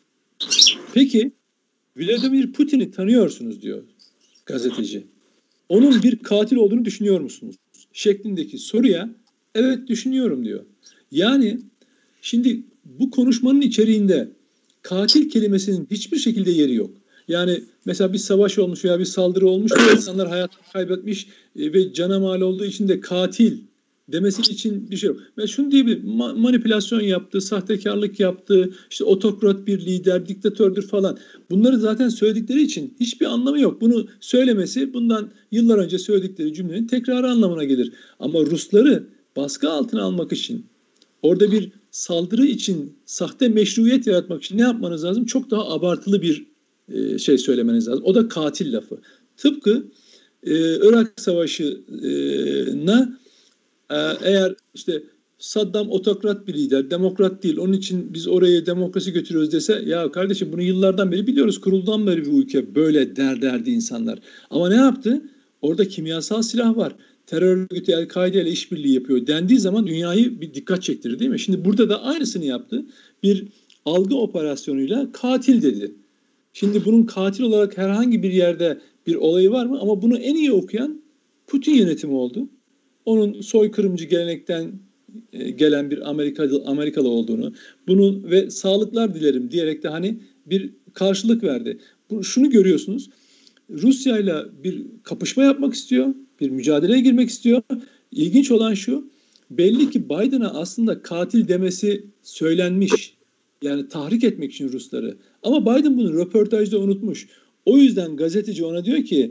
Peki Vladimir Putin'i tanıyorsunuz diyor gazeteci. Onun bir katil olduğunu düşünüyor musunuz? Şeklindeki soruya evet düşünüyorum diyor. Yani şimdi bu konuşmanın içeriğinde katil kelimesinin hiçbir şekilde yeri yok. Yani mesela bir savaş olmuş veya bir saldırı olmuş ve insanlar hayatını kaybetmiş ve cana mal olduğu için de katil demesi için bir şey yok. Ve şunu diyebilir, ma- manipülasyon yaptı, sahtekarlık yaptı, işte otokrat bir lider, diktatördür falan. Bunları zaten söyledikleri için hiçbir anlamı yok. Bunu söylemesi bundan yıllar önce söyledikleri cümlenin tekrarı anlamına gelir. Ama Rusları baskı altına almak için, orada bir saldırı için, sahte meşruiyet yaratmak için ne yapmanız lazım? Çok daha abartılı bir e, şey söylemeniz lazım. O da katil lafı. Tıpkı e, Irak Savaşı'na eğer işte Saddam otokrat bir lider, demokrat değil. Onun için biz oraya demokrasi götürüyoruz dese, ya kardeşim bunu yıllardan beri biliyoruz. Kuruldan beri bu ülke böyle der derdi insanlar. Ama ne yaptı? Orada kimyasal silah var. Terör örgütü El-Kaide ile işbirliği yapıyor dendiği zaman dünyayı bir dikkat çektirir, değil mi? Şimdi burada da aynısını yaptı. Bir algı operasyonuyla katil dedi. Şimdi bunun katil olarak herhangi bir yerde bir olayı var mı? Ama bunu en iyi okuyan Putin yönetimi oldu. Onun soykırımcı gelenekten gelen bir Amerikalı Amerikalı olduğunu, bunu ve sağlıklar dilerim diyerek de hani bir karşılık verdi. Bu, şunu görüyorsunuz. Rusya ile bir kapışma yapmak istiyor, bir mücadeleye girmek istiyor. İlginç olan şu, belli ki Biden'a aslında katil demesi söylenmiş. Yani tahrik etmek için Rusları. Ama Biden bunu röportajda unutmuş. O yüzden gazeteci ona diyor ki,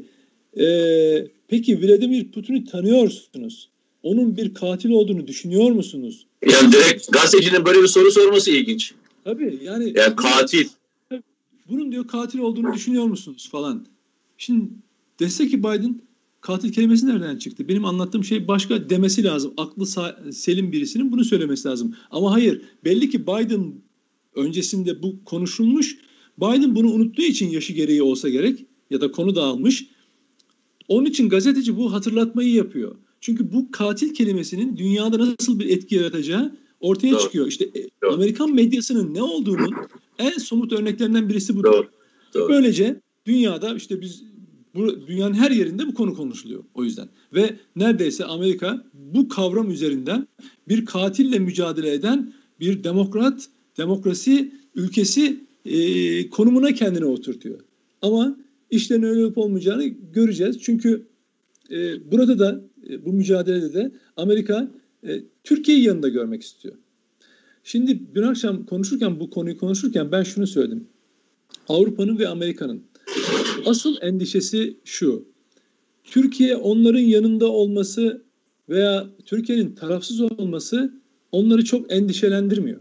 ee, peki Vladimir Putin'i tanıyorsunuz. Onun bir katil olduğunu düşünüyor musunuz? Yani direkt gazetecinin böyle bir soru sorması ilginç. Tabii yani. Yani katil. Bunun diyor katil olduğunu düşünüyor musunuz falan. Şimdi dese ki Biden, katil kelimesi nereden çıktı? Benim anlattığım şey başka demesi lazım. Aklı selim birisinin bunu söylemesi lazım. Ama hayır, belli ki Biden öncesinde bu konuşulmuş. Biden bunu unuttuğu için, yaşı gereği olsa gerek ya da konu dağılmış. Onun için gazeteci bu hatırlatmayı yapıyor. Çünkü bu katil kelimesinin dünyada nasıl bir etki yaratacağı ortaya Doğru. çıkıyor. İşte Doğru. Amerikan medyasının ne olduğunun en somut örneklerinden birisi budur. Doğru. Doğru. Böylece dünyada işte biz bu, dünyanın her yerinde bu konu konuşuluyor o yüzden. Ve neredeyse Amerika bu kavram üzerinden bir katille mücadele eden bir demokrat, demokrasi ülkesi e, konumuna kendini oturtuyor. Ama işlerin öyle olup olmayacağını göreceğiz. Çünkü e, burada da e, bu mücadelede de Amerika e, Türkiye'yi yanında görmek istiyor. Şimdi dün akşam konuşurken, bu konuyu konuşurken ben şunu söyledim. Avrupa'nın ve Amerika'nın asıl endişesi şu. Türkiye onların yanında olması veya Türkiye'nin tarafsız olması onları çok endişelendirmiyor.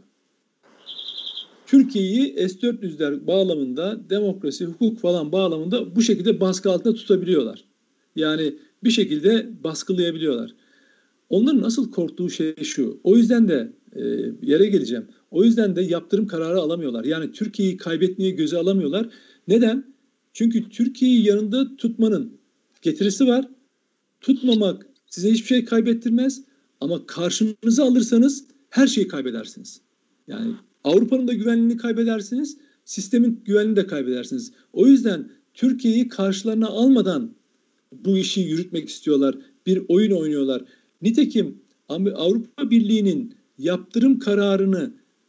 Türkiye'yi S dört yüzler bağlamında, demokrasi, hukuk falan bağlamında bu şekilde baskı altında tutabiliyorlar. Yani bir şekilde baskılayabiliyorlar. Onların asıl korktuğu şey şu. O yüzden de e, yere geleceğim. O yüzden de yaptırım kararı alamıyorlar. Yani Türkiye'yi kaybetmeyi göze alamıyorlar. Neden? Çünkü Türkiye'yi yanında tutmanın getirisi var. Tutmamak size hiçbir şey kaybettirmez. Ama karşınıza alırsanız her şeyi kaybedersiniz. Yani Avrupa'nın da güvenliğini kaybedersiniz. Sistemin güvenliğini de kaybedersiniz. O yüzden Türkiye'yi karşılarına almadan bu işi yürütmek istiyorlar. Bir oyun oynuyorlar. Nitekim Avrupa Birliği'nin yaptırım kararını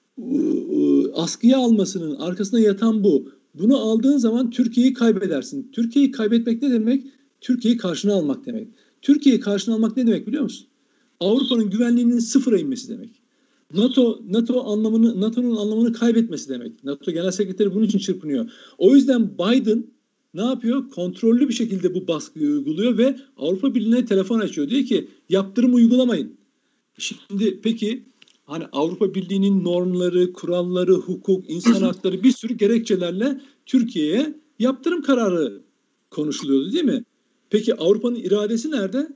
askıya almasının arkasında yatan bu. Bunu aldığın zaman Türkiye'yi kaybedersin. Türkiye'yi kaybetmek ne demek? Türkiye'yi karşına almak demek. Türkiye'yi karşına almak ne demek biliyor musun? Avrupa'nın güvenliğinin sıfıra inmesi demek. NATO NATO anlamını NATO'nun anlamını kaybetmesi demek. NATO Genel Sekreteri bunun için çırpınıyor. O yüzden Biden ne yapıyor? Kontrollü bir şekilde bu baskıyı uyguluyor ve Avrupa Birliği'ne telefon açıyor. Diyor ki yaptırım uygulamayın. Şimdi peki hani Avrupa Birliği'nin normları, kuralları, hukuk, insan hakları bir sürü gerekçelerle Türkiye'ye yaptırım kararı konuşuluyordu değil mi? Peki Avrupa'nın iradesi nerede?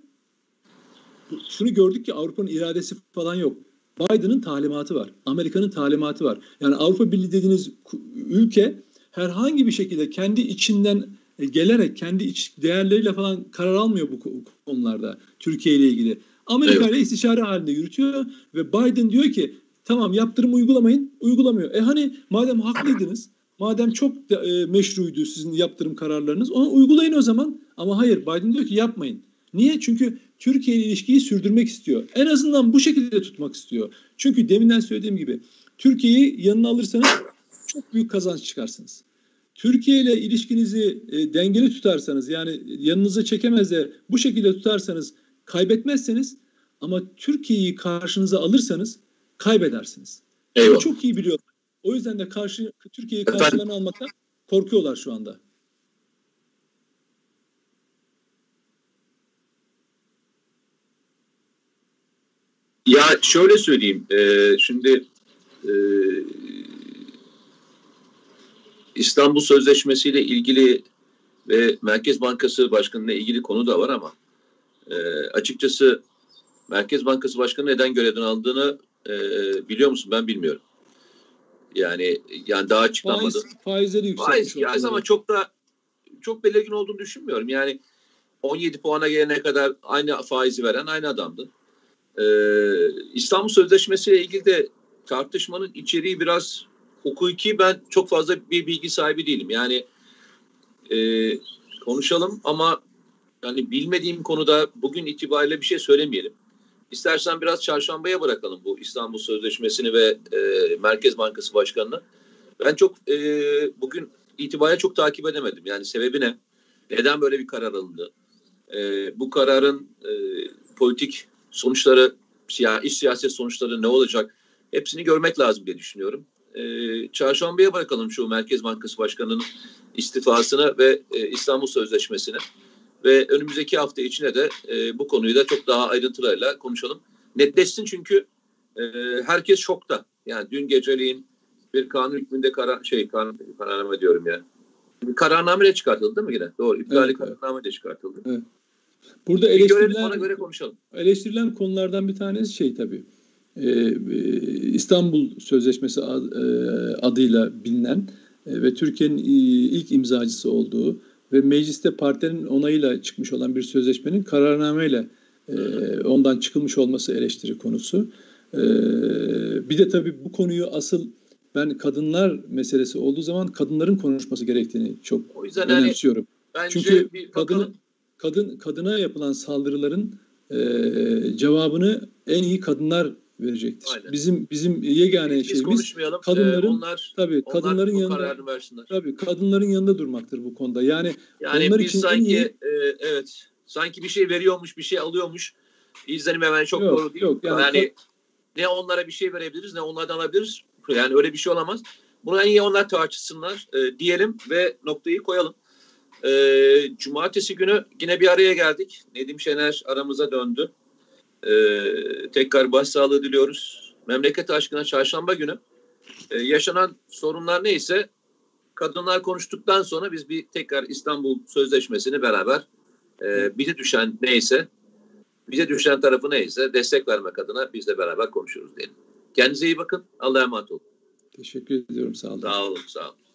Şunu gördük ki Avrupa'nın iradesi falan yok. Biden'ın talimatı var. Amerika'nın talimatı var. Yani Avrupa Birliği dediğiniz ülke herhangi bir şekilde kendi içinden gelerek, kendi iç değerleriyle falan karar almıyor bu konularda Türkiye ile ilgili. Amerika ile evet. istişare halinde yürütüyor ve Biden diyor ki tamam yaptırım uygulamayın, uygulamıyor. E hani madem haklıydınız, madem çok da, e, meşruydu sizin yaptırım kararlarınız, onu uygulayın o zaman. Ama hayır, Biden diyor ki yapmayın. Niye? Çünkü Türkiye ile ilişkiyi sürdürmek istiyor. En azından bu şekilde tutmak istiyor. Çünkü deminden söylediğim gibi Türkiye'yi yanına alırsanız çok büyük kazanç çıkarsınız. Türkiye ile ilişkinizi e, dengeli tutarsanız, yani yanınıza çekemez de bu şekilde tutarsanız kaybetmezseniz, ama Türkiye'yi karşınıza alırsanız kaybedersiniz. Bunu çok iyi biliyorlar. O yüzden de karşı Türkiye'yi karşılarına almaktan korkuyorlar şu anda. Ya şöyle söyleyeyim, e, şimdi e, İstanbul Sözleşmesi ile ilgili ve Merkez Bankası Başkanı'yla ilgili konu da var ama e, açıkçası Merkez Bankası Başkanı neden görevden aldığını e, biliyor musun? Ben bilmiyorum. Yani yani daha açıklanmadı. Faiz, faizleri yükseltmiş. Faiz, faiz ama çok da çok belirgin olduğunu düşünmüyorum. Yani on yedi puana gelene kadar aynı faizi veren aynı adamdı. Ee, İstanbul Sözleşmesi ile ilgili de tartışmanın içeriği biraz hukuki, ben çok fazla bir bilgi sahibi değilim. Yani e, konuşalım ama yani bilmediğim konuda bugün itibariyle bir şey söylemeyelim. İstersen biraz çarşambaya bırakalım bu İstanbul Sözleşmesi'ni ve e, Merkez Bankası Başkanı'nı. Ben çok e, bugün itibariyle çok takip edemedim. Yani sebebi ne? Neden böyle bir karar alındı? E, bu kararın e, politik sonuçları, siya, iç siyaset sonuçları ne olacak? Hepsini görmek lazım diye düşünüyorum. E, çarşambaya bırakalım şu Merkez Bankası Başkanı'nın istifasını ve e, İstanbul Sözleşmesi'ni. Ve önümüzdeki hafta içine de e, bu konuyu da çok daha ayrıntılarıyla konuşalım. Netleşsin çünkü e, herkes şokta. Yani dün geceleyin bir kanun hükmünde karar, şey kanun, kararname diyorum ya. Bir kararnameyle çıkartıldı değil mi yine? Doğru. İptali evet, kararnameyle çıkartıldı. Evet. Burada eleştirilen, ona göre konuşalım. Eleştirilen konulardan bir tanesi şey tabii. Ee, İstanbul Sözleşmesi adıyla bilinen ve Türkiye'nin ilk imzacısı olduğu ve mecliste partilerin onayıyla çıkmış olan bir sözleşmenin kararnameyle e, ondan çıkılmış olması eleştiri konusu. E, bir de tabii bu konuyu asıl ben kadınlar meselesi olduğu zaman kadınların konuşması gerektiğini çok o yüzden önemsiyorum. Yani, çünkü kadın kadın kadına yapılan saldırıların e, cevabını en iyi kadınlar verecektir. Aynen. Bizim bizim yegane Biz şeyimiz kadınların ee, onlar, tabii onlar kadınların yanında tabii kadınların yanında durmaktır bu konuda. Yani, yani onlar için sanki iyi, e, evet sanki bir şey veriyormuş, bir şey alıyormuş. İzlenim hemen çok yok, doğru değil. Yok, yani yani ne onlara bir şey verebiliriz, ne onlardan alabiliriz. Yani öyle bir şey olamaz. Bunu en iyi onlar tartışsınlar e, diyelim ve noktayı koyalım. E, Cumartesi günü yine bir araya geldik. Nedim Şener aramıza döndü. Ee, tekrar başsağlığı diliyoruz. Memleket aşkına çarşamba günü e, yaşanan sorunlar neyse kadınlar konuştuktan sonra biz bir tekrar İstanbul Sözleşmesi'ni beraber e, bize düşen neyse bize düşen tarafı neyse destek vermek adına biz de beraber konuşuruz diyelim. Kendinize iyi bakın. Allah'a emanet olun. Teşekkür ediyorum. Sağ olun. Sağ olun. Sağ olun.